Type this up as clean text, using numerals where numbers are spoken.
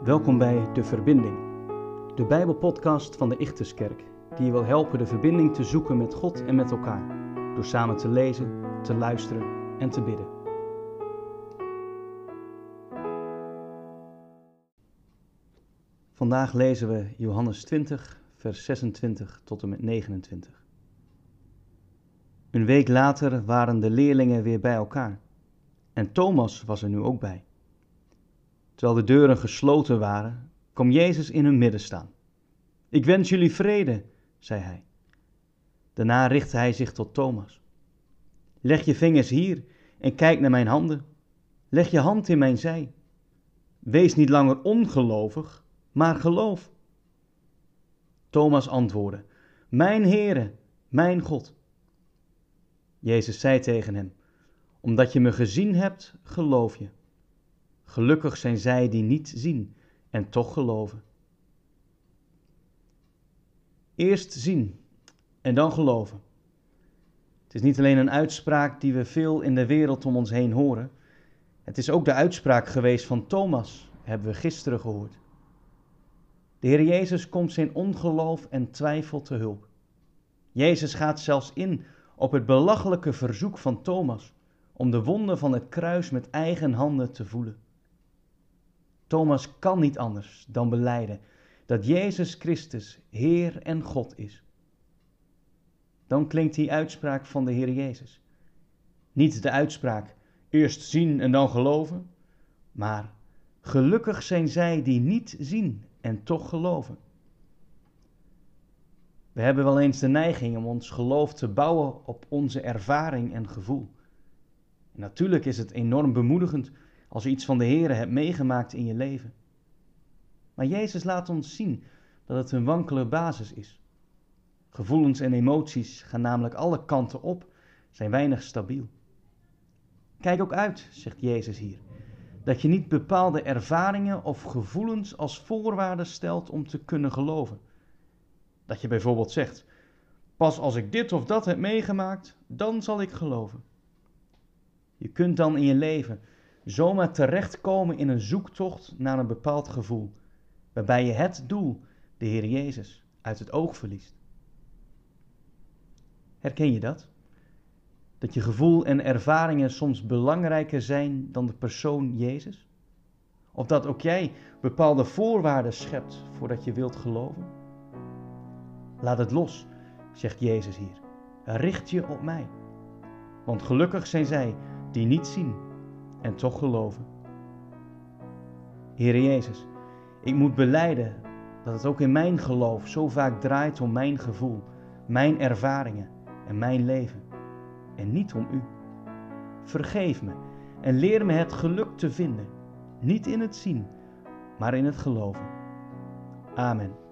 Welkom bij De Verbinding, de Bijbelpodcast van de Ichterskerk, die je wil helpen de verbinding te zoeken met God en met elkaar, door samen te lezen, te luisteren en te bidden. Vandaag lezen we Johannes 20, vers 26 tot en met 29. Een week later waren de leerlingen weer bij elkaar en Thomas was er nu ook bij. Terwijl de deuren gesloten waren, kwam Jezus in hun midden staan. Ik wens jullie vrede, zei hij. Daarna richtte hij zich tot Thomas. Leg je vingers hier en kijk naar mijn handen. Leg je hand in mijn zij. Wees niet langer ongelovig, maar geloof. Thomas antwoordde, mijn Heere, mijn God. Jezus zei tegen hem, omdat je me gezien hebt, geloof je. Gelukkig zijn zij die niet zien en toch geloven. Eerst zien en dan geloven. Het is niet alleen een uitspraak die we veel in de wereld om ons heen horen. Het is ook de uitspraak geweest van Thomas, hebben we gisteren gehoord. De Heer Jezus komt zijn ongeloof en twijfel te hulp. Jezus gaat zelfs in op het belachelijke verzoek van Thomas om de wonden van het kruis met eigen handen te voelen. Thomas kan niet anders dan belijden dat Jezus Christus Heer en God is. Dan klinkt die uitspraak van de Heer Jezus. Niet de uitspraak eerst zien en dan geloven, maar gelukkig zijn zij die niet zien en toch geloven. We hebben wel eens de neiging om ons geloof te bouwen op onze ervaring en gevoel. En natuurlijk is het enorm bemoedigend als je iets van de Heere hebt meegemaakt in je leven. Maar Jezus laat ons zien dat het een wankele basis is. Gevoelens en emoties gaan namelijk alle kanten op, zijn weinig stabiel. Kijk ook uit, zegt Jezus hier, dat je niet bepaalde ervaringen of gevoelens als voorwaarde stelt om te kunnen geloven. Dat je bijvoorbeeld zegt, pas als ik dit of dat heb meegemaakt, dan zal ik geloven. Je kunt dan in je leven zomaar terechtkomen in een zoektocht naar een bepaald gevoel, waarbij je het doel, de Heer Jezus, uit het oog verliest. Herken je dat? Dat je gevoel en ervaringen soms belangrijker zijn dan de persoon Jezus? Of dat ook jij bepaalde voorwaarden schept voordat je wilt geloven? Laat het los, zegt Jezus hier. Richt je op mij. Want gelukkig zijn zij die niet zien en toch geloven. Heere Jezus, ik moet belijden dat het ook in mijn geloof zo vaak draait om mijn gevoel, mijn ervaringen en mijn leven. En niet om u. Vergeef me en leer me het geluk te vinden. Niet in het zien, maar in het geloven. Amen.